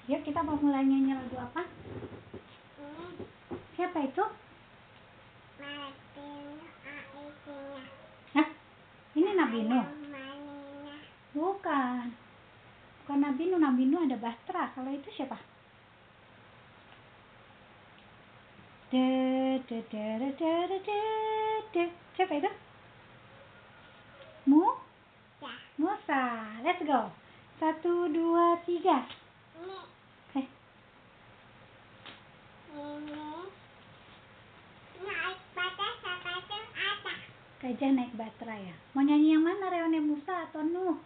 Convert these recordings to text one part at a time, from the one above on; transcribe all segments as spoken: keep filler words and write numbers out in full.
Yuk kita mau mulai nyanyi lagu apa? Ini Siapa itu? Martin Aisyah. Hah? Ini Nabi Nuh? Manina. Bukan. Bukan Nabi Nuh. Nabi Nuh ada Bastra. Kalau itu siapa? De de de de de de de de. Siapa itu? Mu? Ya. Musa. Let's go. Satu, dua, tiga. Ini Eh, ini naik batas apa itu apa? gajah naik Batra ya. Mau nyanyi yang mana? Reone Musa atau Nuh?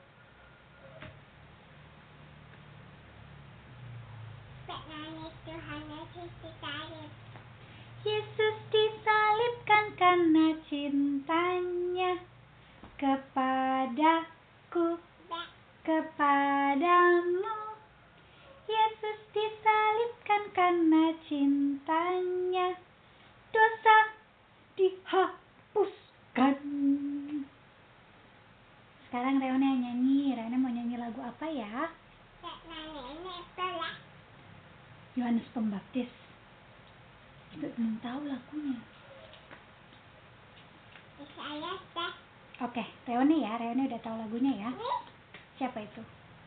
Penyanyi Tuhan Yesus disalib. Yesus disalibkan karena cintanya kepadaku, Be. kepadamu. Yesus disalibkan karena cintanya, dosa dihapuskan. Sekarang Reone yang nyanyi. Reone mau nyanyi lagu apa ya? Penyanyi ini pelah. Yohanes Pembaptis. Ibu belum tahu lagunya. Saya teh. Oke, Reone ya. Reone udah tahu lagunya ya. Ini Siapa itu?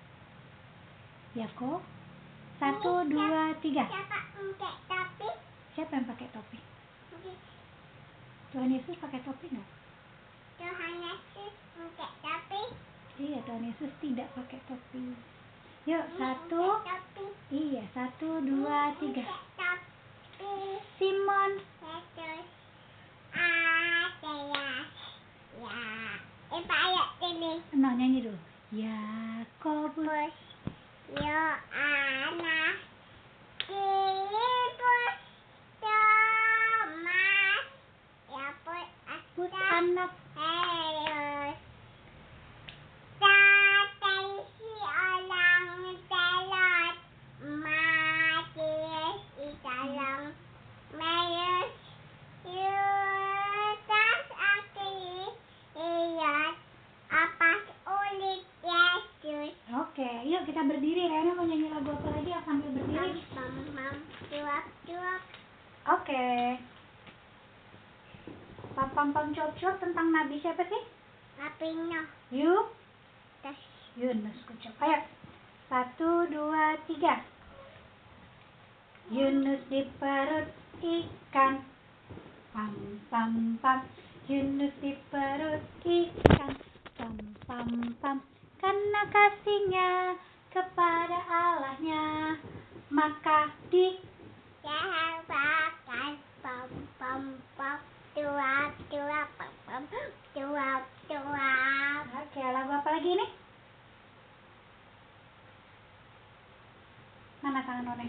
Yako. Satu, dua, tiga. siapa pakai topi? Siapa yang pakai topi? Tuhan Yesus pakai topi nggak? Tuhan Yesus pakai topi. Iya, Tuhan Yesus tidak pakai topi. Yuk, Ini satu. pakai topi. Iya, satu, dua, tiga. Pakai topi. Simon. Yesus ada ya. Eh, ayat ini. No, nyanyi dulu. Yakobus. Bos. Yo anak. Filipus. Thomas. Ya pun Bus ada. anak. Helios. Tatesi orang telot. Matius isalong. Mayus. Yudas akhiri. Iyot. Apas ulit Yesus. Oke, yuk kita berdiri. Reona mau nyanyi lagu apa lagi ya sambil berdiri? Mam, mam, cuap, cuap. Oke. Pam pam pam cuap cuap tentang Nabi siapa sih? Lapino. Yuk. Terus Yunus kucuk. Ayo. Satu, dua, tiga. Yunus di perut ikan. Pam pam pam. Yunus di perut ikan. Pam pam pam. Karena kasihnya kepada Allahnya, maka di sahabatkan pam, pam, pam. Cuap, cuap, pam, pam. Cuap, cuap. Oke, lagu apa lagi ini? Mana tangan None?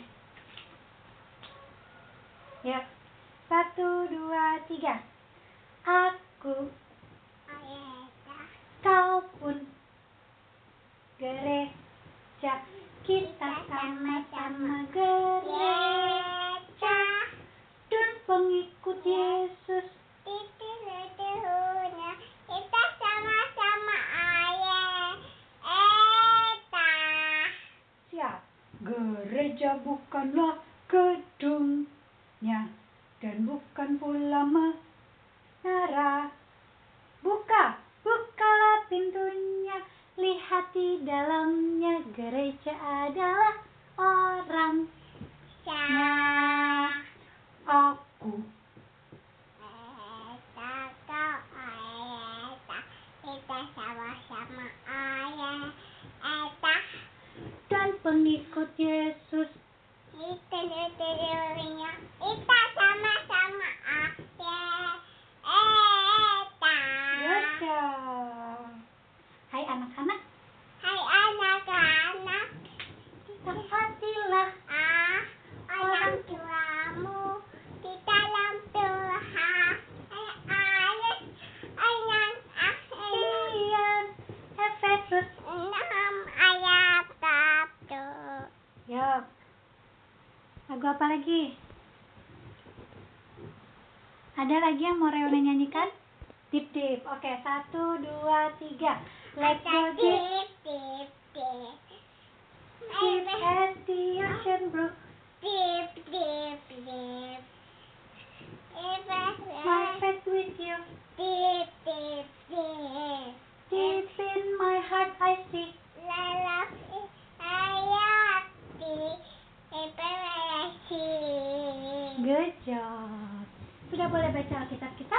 Ya. Satu, dua, tiga. Aku, Ayeta. kau pun, gereja, kita sama-sama gereja dan pengikut Yesus. Itu letuhnya. Kita sama-sama ayah. Eta. Siap. Gereja bukanlah gedungnya dan bukan pula menara. Buka, bukalah pintunya, lihat di dalamnya. Gereja adalah orangnya. Aku, Eta kau ayeta. Kita sama-sama ayah. Eta. dan pengikut Yesus. Itu letuhnya. Kita sama-sama ayah. Eta. Yosha. Hai anak-anak, Hai anak-anak. taatilah Ah, orang tuamu di dalam Tuhan. Ayat ayat kalian. Efesus. enam ayat satu. Yuk. Lagu apa lagi? Ada lagi yang mau Reona nyanyikan? Dip dip. Oke, satu, dua, tiga. Let's go dip. Dip, dip, dip. Dip and dip. ocean blue. Deep, deep, deep. My faith with you. Deep, deep, deep. Deep in my heart I see. Love is hayati. Evaluasi. Good job. Sudah boleh baca Alkitab kita?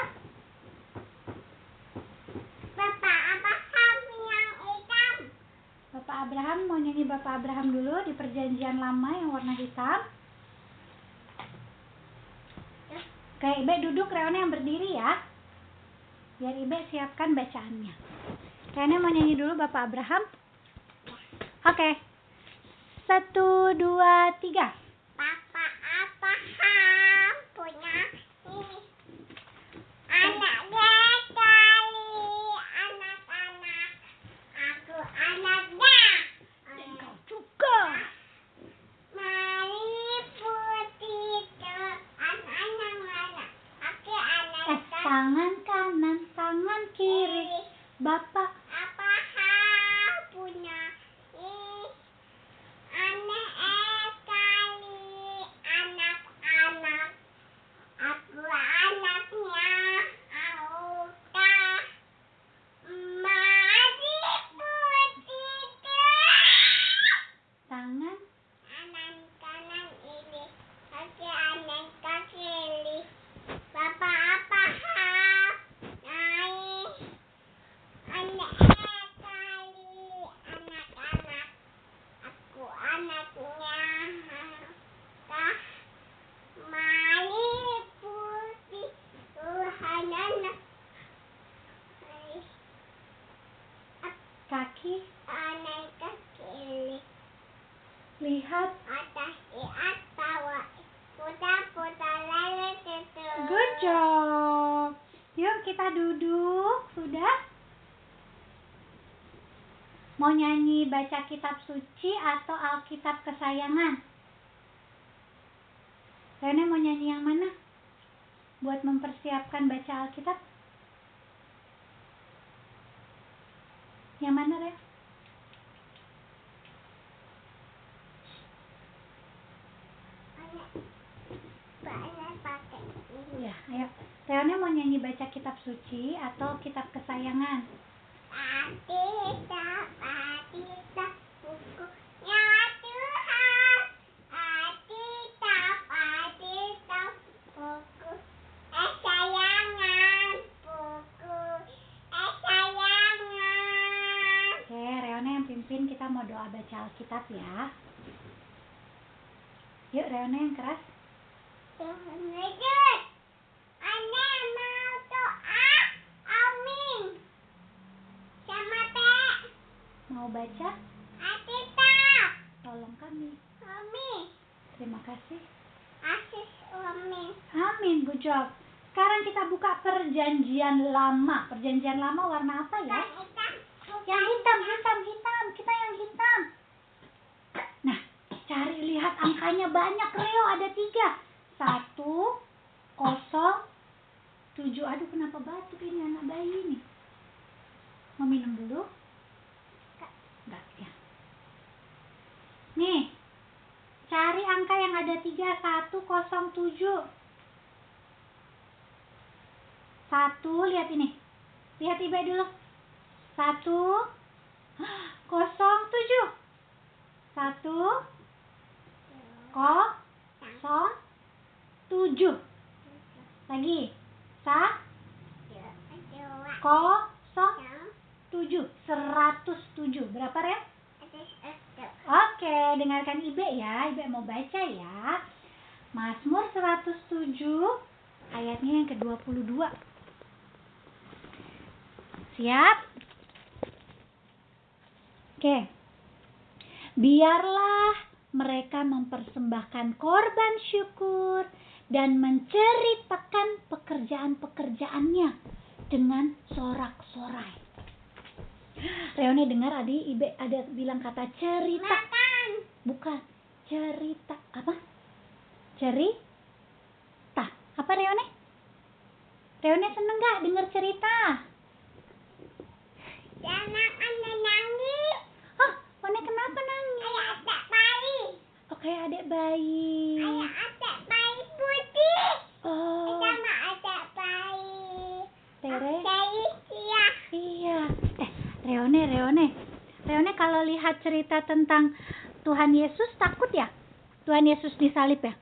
Bapak Abraham yang hitam. Bapak Abraham, mau nyanyi Bapak Abraham dulu di perjanjian lama yang warna hitam. Oke, Ibe duduk, Reone yang berdiri ya. Biar Ibe siapkan bacaannya. Reone mau nyanyi dulu Bapak Abraham. Oke. Satu, dua, tiga. Bapak Abraham punya ini. Anaknya kali anak-anak. Aku anaknya. Engkau juga. Mari putih ke anak-anak mana? Aku anak Eh, tangan kanan, tangan kiri. Bapak Abraham punya ini. Anak kali anak-anak. Aku anaknya. Aukah mari putih ke tangan. anak kanan ini. Aku anak kiri. Bapak Abraham naik. Anak kali anak-anak. Aku anaknya. Kah mari putih Tuhan anak. Kaki. Anak kiri. Lihat. Atas di atas bawah. Putar-putar lele itu. Good job. Yuk kita duduk. Sudah? Mau nyanyi baca kitab suci atau Alkitab kesayangan? Rene mau nyanyi yang mana? Buat mempersiapkan baca Alkitab? Yang mana, Ren? Banyak pakai ini. Ya, ayo. Reone mau nyanyi baca kitab suci atau kitab kesayangan? Alkitab, Alkitab, bukunya Tuhan. Alkitab, Alkitab, buku kesayangan, buku kesayangan. Oke, Reone yang pimpin, kita mau doa baca Alkitab ya. Yuk, Reone yang keras. Tuhan Yesus, Anda mau doa, amin. Sama Teh, Mau baca? Alkitab, Tolong kami. amin. Terima kasih. Asis, amin. Amin, good job. Sekarang kita buka perjanjian lama. Perjanjian lama warna apa ya? Yang hitam, hitam, hitam. Kita yang hitam. Nah, cari lihat angkanya banyak, Reo. Ada tiga. Satu, kosong, tujuh. Aduh, kenapa batuk ini anak bayi nih? Mau minum dulu? Enggak, ya. Nih, cari angka yang ada tiga. Satu, kosong, tujuh. Satu, lihat ini. Lihat Ibe dulu. Satu, kosong, tujuh. Satu, kosong, tujuh. Lagi. Sa, kosong, tujuh. Seratus tujuh. Berapa, Ren? Oke, dengarkan Ibe ya. Ibe mau baca ya. Mazmur seratus tujuh, ayatnya yang ke dua puluh dua. Siap? Oke. Biarlah mereka mempersembahkan korban syukur dan menceritakan pekerjaan-pekerjaannya dengan sorak-sorai. Reone dengar Adi, Ibe ada bilang kata cerita. Makan. Bukan, cerita. Apa? Cerita. Apa Reone? Reone seneng gak denger cerita? Jangan Anda nangis. Hah, One kenapa nangis? Kayak ada bayi. Oh, kayak adik bayi. Kayak adik bayi putih. Oh, Sama adik bayi. Tere. Felicia. Iya. Eh, Reone, Reone. Reone kalau lihat cerita tentang Tuhan Yesus takut ya? Tuhan Yesus disalib ya?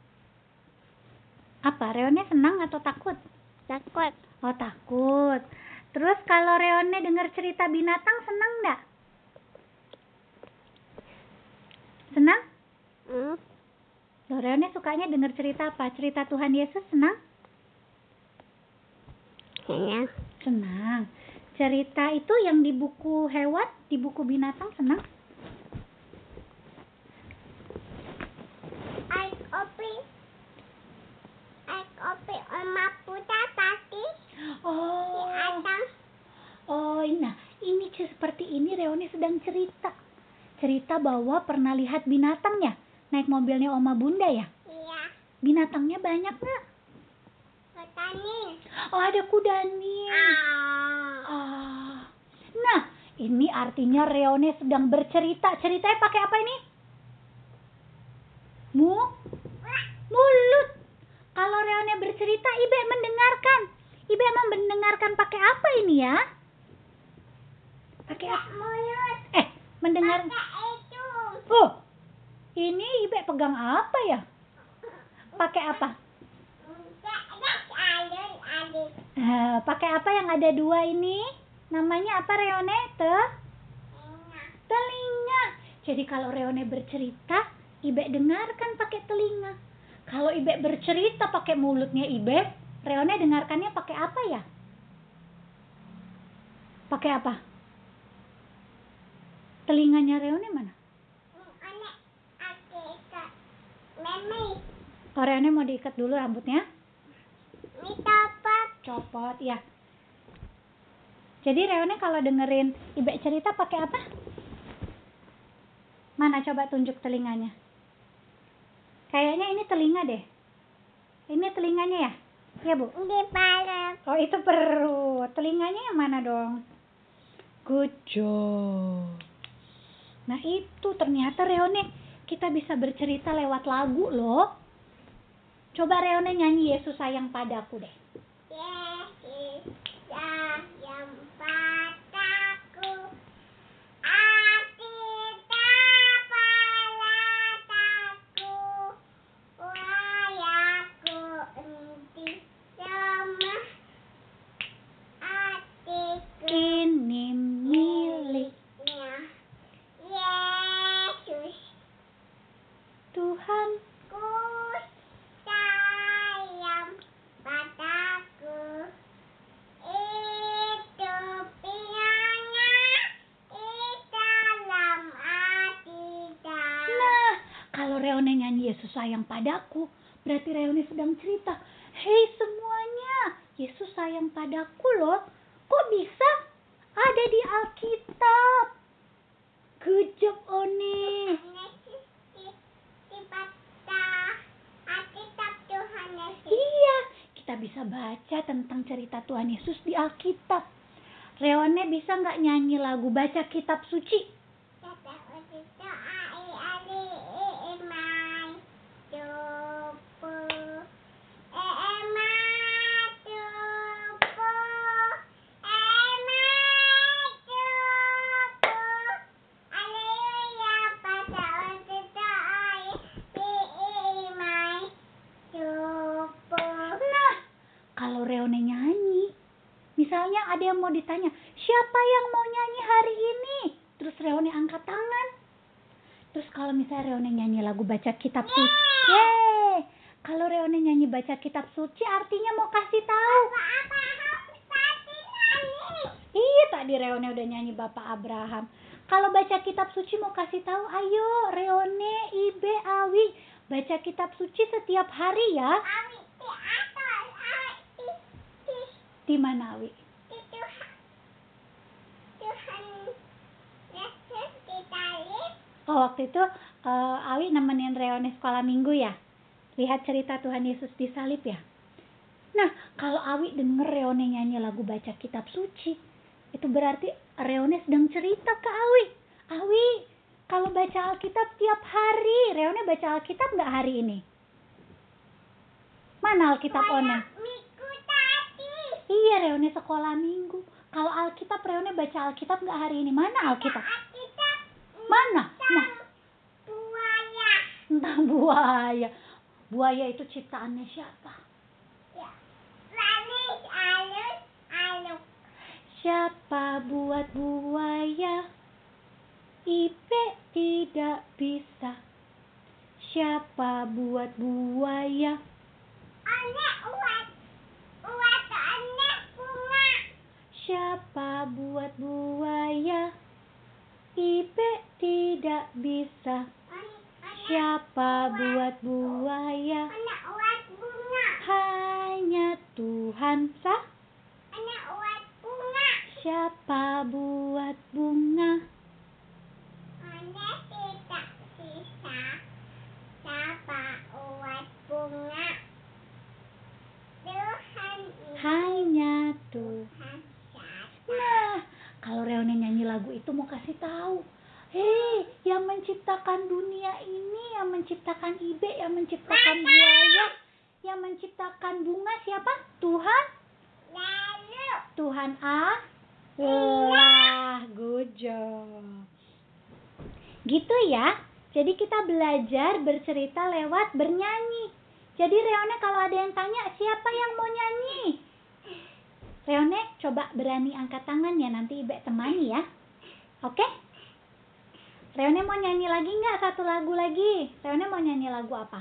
Apa? Reone senang atau takut? Takut. Oh, takut. Terus kalau Reone dengar cerita binatang senang enggak? Senang? Hmm. Loh, Reone sukanya dengar cerita apa? Cerita Tuhan Yesus senang? Senang. Senang. Cerita itu yang di buku hewan, di buku binatang senang? Ai kopi. Ai kopi oma puta tadi. Di Oh, atas. oh, nah ini ce- seperti ini Reone sedang cerita. Cerita bahwa pernah lihat binatangnya naik mobilnya Oma Bunda ya. Iya. Binatangnya banyak nggak? Petani. Oh, ada kuda nih. Ah. Ah. Nah, ini artinya Reone sedang bercerita. Ceritanya pakai apa ini? Mu? Mulut. Kalau Reone bercerita, Ibe mendengarkan. Ibe emang mendengarkan pakai apa ini ya? Pakai apa? Mulut. Eh, mendengar. Pakai itu. Oh, ini Ibe pegang apa ya? Pakai apa? Alun-alun. Eh, pakai apa yang ada dua ini? Namanya apa Reone? Te? Telinga. Jadi kalau Reone bercerita, Ibe dengarkan pakai telinga. Kalau Ibe bercerita pakai mulutnya Ibe, Reone dengarkannya pakai apa ya? Pakai apa? Telinganya Reone mana? Anak adik Memi. Oh, Reone mau diikat dulu rambutnya? Mitapat. Copot, ya. Jadi Reone kalau dengerin Ibe cerita pakai apa? Mana coba tunjuk telinganya? Kayaknya ini telinga deh. Ini telinganya ya? Ya, Bu? Di parab. Oh, itu perut. Telinganya yang mana dong? Good job. Nah, itu ternyata Reone kita bisa bercerita lewat lagu loh. Coba Reone nyanyi Yesus sayang padaku deh. Yesus sayang padaku. Hati kepalataku. Wayaku enti sama hatiku. Kini milik Yesus Tuhan. ku sayang padaku. Hidup piana di dalam hati dan. Nah, kalau Reone nyanyi Yesus sayang padaku, berarti Reone sedang cerita, hei semuanya, Yesus sayang padaku loh. Kok bisa? Ada di Alkitab. Good job, Oni. Yesus di di baca Alkitab Tuhan Yesus. Iya, kita bisa baca tentang cerita Tuhan Yesus di Alkitab. Reone bisa nggak nyanyi lagu baca kitab suci? Kata Yesus ai ali emai tupu emai tupu emai tupu haleluya pada Yesus ai emai tupu. Nah, kalau Reone nyanyi, misalnya ada yang mau ditanya, siapa yang mau nyanyi hari ini? Terus Reone angkat tangan. Terus kalau misalnya Reone nyanyi lagu baca kitab suci, yeay. Kalau Reone nyanyi baca kitab suci artinya mau kasih tahu. Apa harus tadi nyanyi? Iya, tadi Reone udah nyanyi Bapak Abraham. Kalau baca kitab suci mau kasih tahu, ayo Reone, Ibe, Awi, baca kitab suci setiap hari ya. Awi di atas, awi di di Di mana Awi? di Tuhan Tuhan Yesus disalib. Oh, waktu itu eh, Awi nemenin Reone sekolah minggu ya. Lihat cerita Tuhan Yesus disalib ya. Nah, kalau Awi denger Reone nyanyi lagu baca kitab suci, itu berarti Reone sedang cerita ke Awi. Awi, kalau baca Alkitab tiap hari. Reone baca Alkitab nggak hari ini? Mana Alkitab One? Minggu tadi. Iya, Reone sekolah minggu. Kalau Alkitab, Reone baca Alkitab nggak hari ini? Mana Alkitab? Alkitab. Mana? Nah, Buaya. entah buaya. Buaya itu ciptaannya siapa? Ya. Manis, halus, halus. Siapa buat buaya? Ibe tidak bisa. Siapa buat buaya? Anak uat. Uat anak bunga. Siapa buat buaya? Ibe tidak bisa. Siapa buat buaya? Anak uat bunga. Hanya Tuhan sah. Anak uat bunga. Siapa buat bunga? Anak tidak bisa. Siapa uat bunga? Tuhan ini. Hanya Tuhan. Tuhan satu. Nah, kalau Reone nyanyi lagu itu mau kasih tahu, hei, yang menciptakan dunia ini, yang menciptakan Ibe, yang menciptakan buaya, yang menciptakan bunga siapa? Tuhan. Lalu. Tuhan Allah. Good job. Gitu ya. Jadi kita belajar bercerita lewat bernyanyi. Jadi Reone kalau ada yang tanya, siapa yang mau nyanyi? Reone coba berani angkat tangan ya, nanti Ibe temani ya. Oke? Reone mau nyanyi lagi nggak satu lagu lagi? Reone mau nyanyi lagu apa?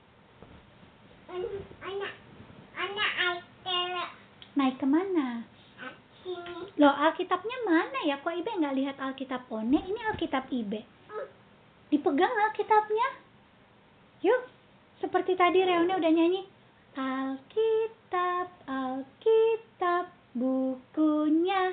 Anak. Anak Aikela. Naik kemana? Sini. Loh, Alkitabnya mana ya? Kok Ibe nggak lihat Alkitab One? Ini Alkitab Ibe. Dipegang Alkitabnya. Yuk, seperti tadi Reone udah nyanyi. Alkitab, Alkitab, bukunya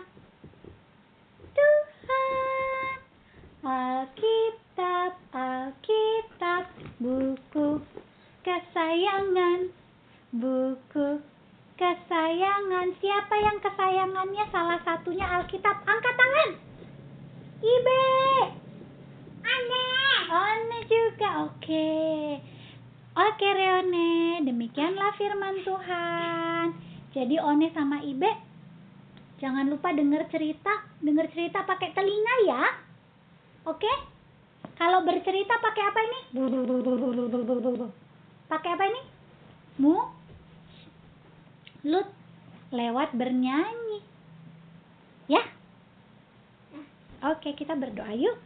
Tuhan. Alkitab, Alkitab, buku kesayangan. Buku kesayangan. Siapa yang kesayangannya salah satunya Alkitab? Angkat tangan. Ibe. Aneh. One juga. Oke. Oke Reone, demikianlah firman Tuhan. Jadi One sama Ibe jangan lupa dengar cerita. Dengar cerita pakai telinga ya. Oke? Kalau bercerita pakai apa ini? Pakai apa ini? Mu? Lut. Lewat bernyanyi. Ya? Oke, kita berdoa yuk.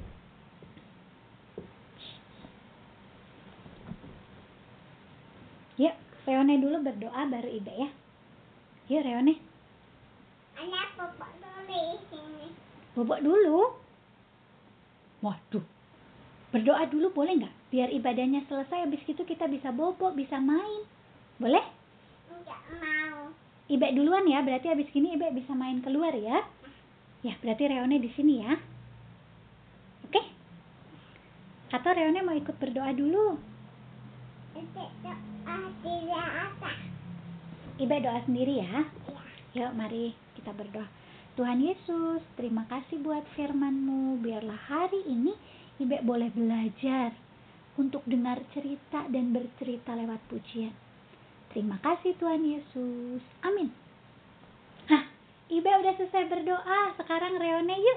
Yuk, Reone dulu berdoa baru Ibe ya. Yuk Reone. Anak popok dulu di sini. Bobok dulu. Waduh. Berdoa dulu boleh nggak? Biar ibadahnya selesai, habis itu kita bisa bobok, bisa main. Boleh? Enggak mau. Ibe duluan ya, berarti habis gini Ibe bisa main keluar ya. Ya, berarti Reone di sini ya. Oke? Atau Reone mau ikut berdoa dulu? Itu doa tidak apa. Ibe doa sendiri ya. Ya. Yuk mari kita berdoa. Tuhan Yesus, terima kasih buat firman-Mu. Biarlah hari ini Ibe boleh belajar untuk dengar cerita dan bercerita lewat pujian. Terima kasih Tuhan Yesus. Amin. Hah, Ibe udah selesai berdoa. Sekarang Reone yuk.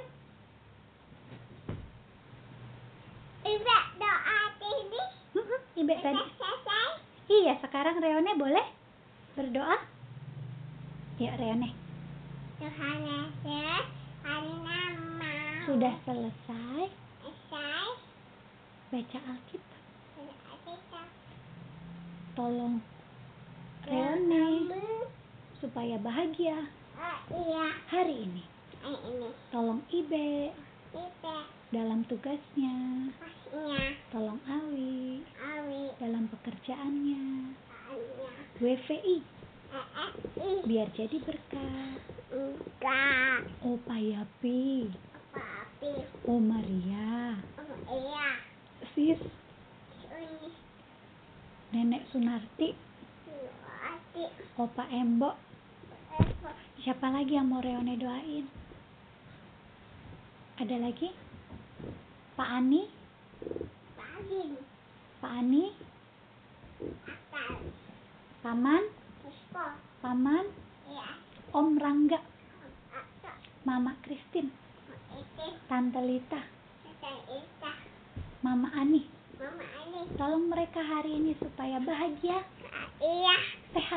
Ibu doa ini. Mm-mm, Ibe tadi. Sudah selesai. Iya, sekarang Reone boleh berdoa. Yuk Reone. Tuhan Yesus, hari nama. Sudah selesai Selesai. baca Alkitab. Sudah kita. Tolong Reone supaya bahagia Oh iya. hari ini. Ini ini. Tolong Ibe Ibu. dalam tugasnya. Pasnya. Tolong Awi Awi. dalam pekerjaannya. Anya. W V I Eh eh. Ih. biar jadi berkat. Enggak. Opa Yapi, Papi. O Maria, Oh iya. Sis, Ini. Nenek Sunarti, Adik. Opa Embok. Eh. Siapa lagi yang mau Reone doain? Ada lagi? Pak Ani, Paling. Pak Ani, Atas. Paman, Puspo. Paman, Ya. Om Rangga, Atas. Mama Christine, Itu. Tante Lita, Saya Ita. Mama Ani. Mama Ani. Tolong mereka hari ini supaya bahagia, Iya. sehat.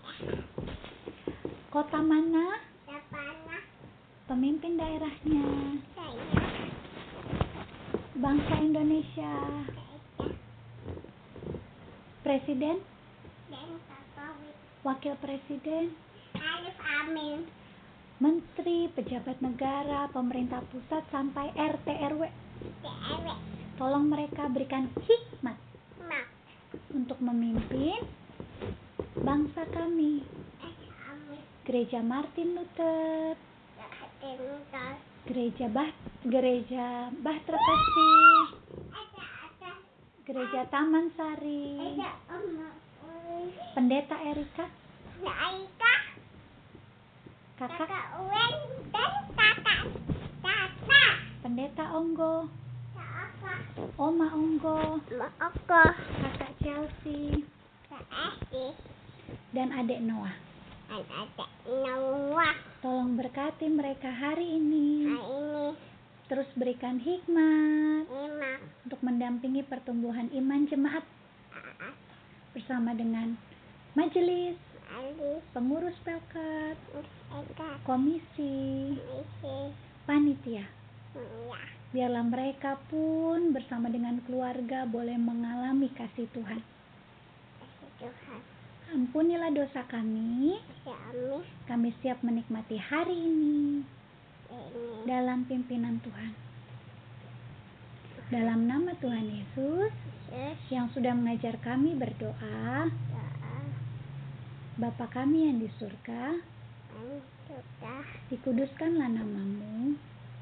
Kota mana? Siapanya? Pemimpin daerahnya, Saya. bangsa Indonesia, Saya. Presiden, Dan Jokowi. Wakil Presiden, Alif Amin. Menteri, pejabat negara, pemerintah pusat sampai R T R W. Dewe. Tolong mereka berikan hikmat Mak. untuk memimpin bangsa kami. Amin. Gereja Martin Luther, Ketinggal. Gereja Bah Gereja Bahtera Kasih, Ada ada. Gereja Taman Sari, Ada Oma. Pendeta Erika, Ada Aika. Kakak Kakak Uwen dan kakak Tata. Pendeta Onggo, Kak Oma Onggo, Mak Oko. Kakak Chelsea, Kak Esti. dan adik Noah. Dan ada Noah. Tolong berkati mereka hari ini. Nah ini Terus berikan hikmat Emak. untuk mendampingi pertumbuhan iman jemaat bersama dengan majelis, Ali. pengurus pelkat, Eka. komisi, Misi. panitia. Ya. Biarlah mereka pun bersama dengan keluarga boleh mengalami kasih Tuhan. Kasih Tuhan. Ampunilah dosa kami. Ya Amin. Kami siap menikmati hari ini Ini. dalam pimpinan Tuhan. Dalam nama Tuhan Yesus Yesus. yang sudah mengajar kami berdoa, Doa. Bapa kami yang di surga, Dan sudah. dikuduskanlah namamu,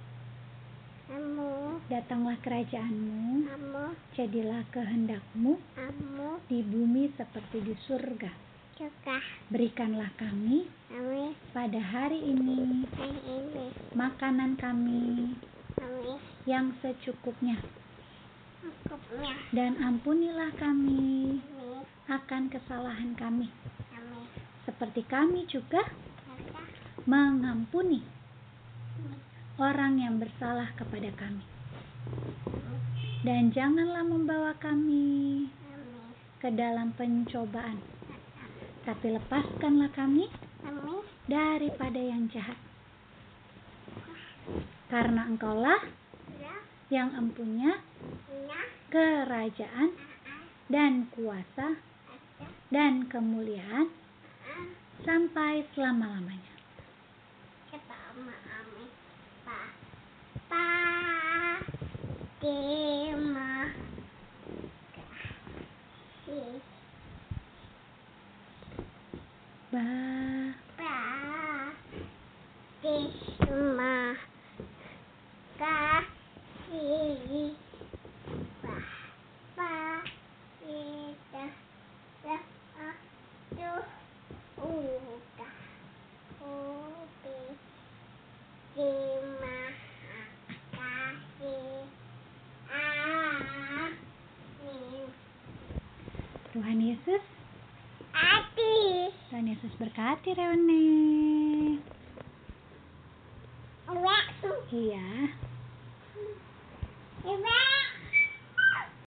Kamu. datanglah kerajaanmu, Kamu. jadilah kehendakmu Kamu. di bumi seperti di surga. Juga. Berikanlah kami Kami. pada hari ini Yang ini. makanan kami Kami. yang secukupnya, Cukupnya. dan ampunilah kami Kami. akan kesalahan kami, Kami. seperti kami juga Kata. mengampuni orang yang bersalah kepada kami. Dan janganlah membawa kami Kami. ke dalam pencobaan, tapi lepaskanlah kami Kami. daripada yang jahat. Karena Engkaulah Ya. yang empunya Punya. kerajaan dan kuasa Ada. dan kemuliaan Ah. sampai selama-lamanya. Kata Oma Ami. Pa. Pa. Terima kasih. Ba Pa. Terima kasih. Pa. Pa. Kita. Ya. Aduh. Udah. Udah. Terima kasih. Amin. Tuhan Yesus, Ati. Tuhan Yesus berkati Reone. Waktu. Iya.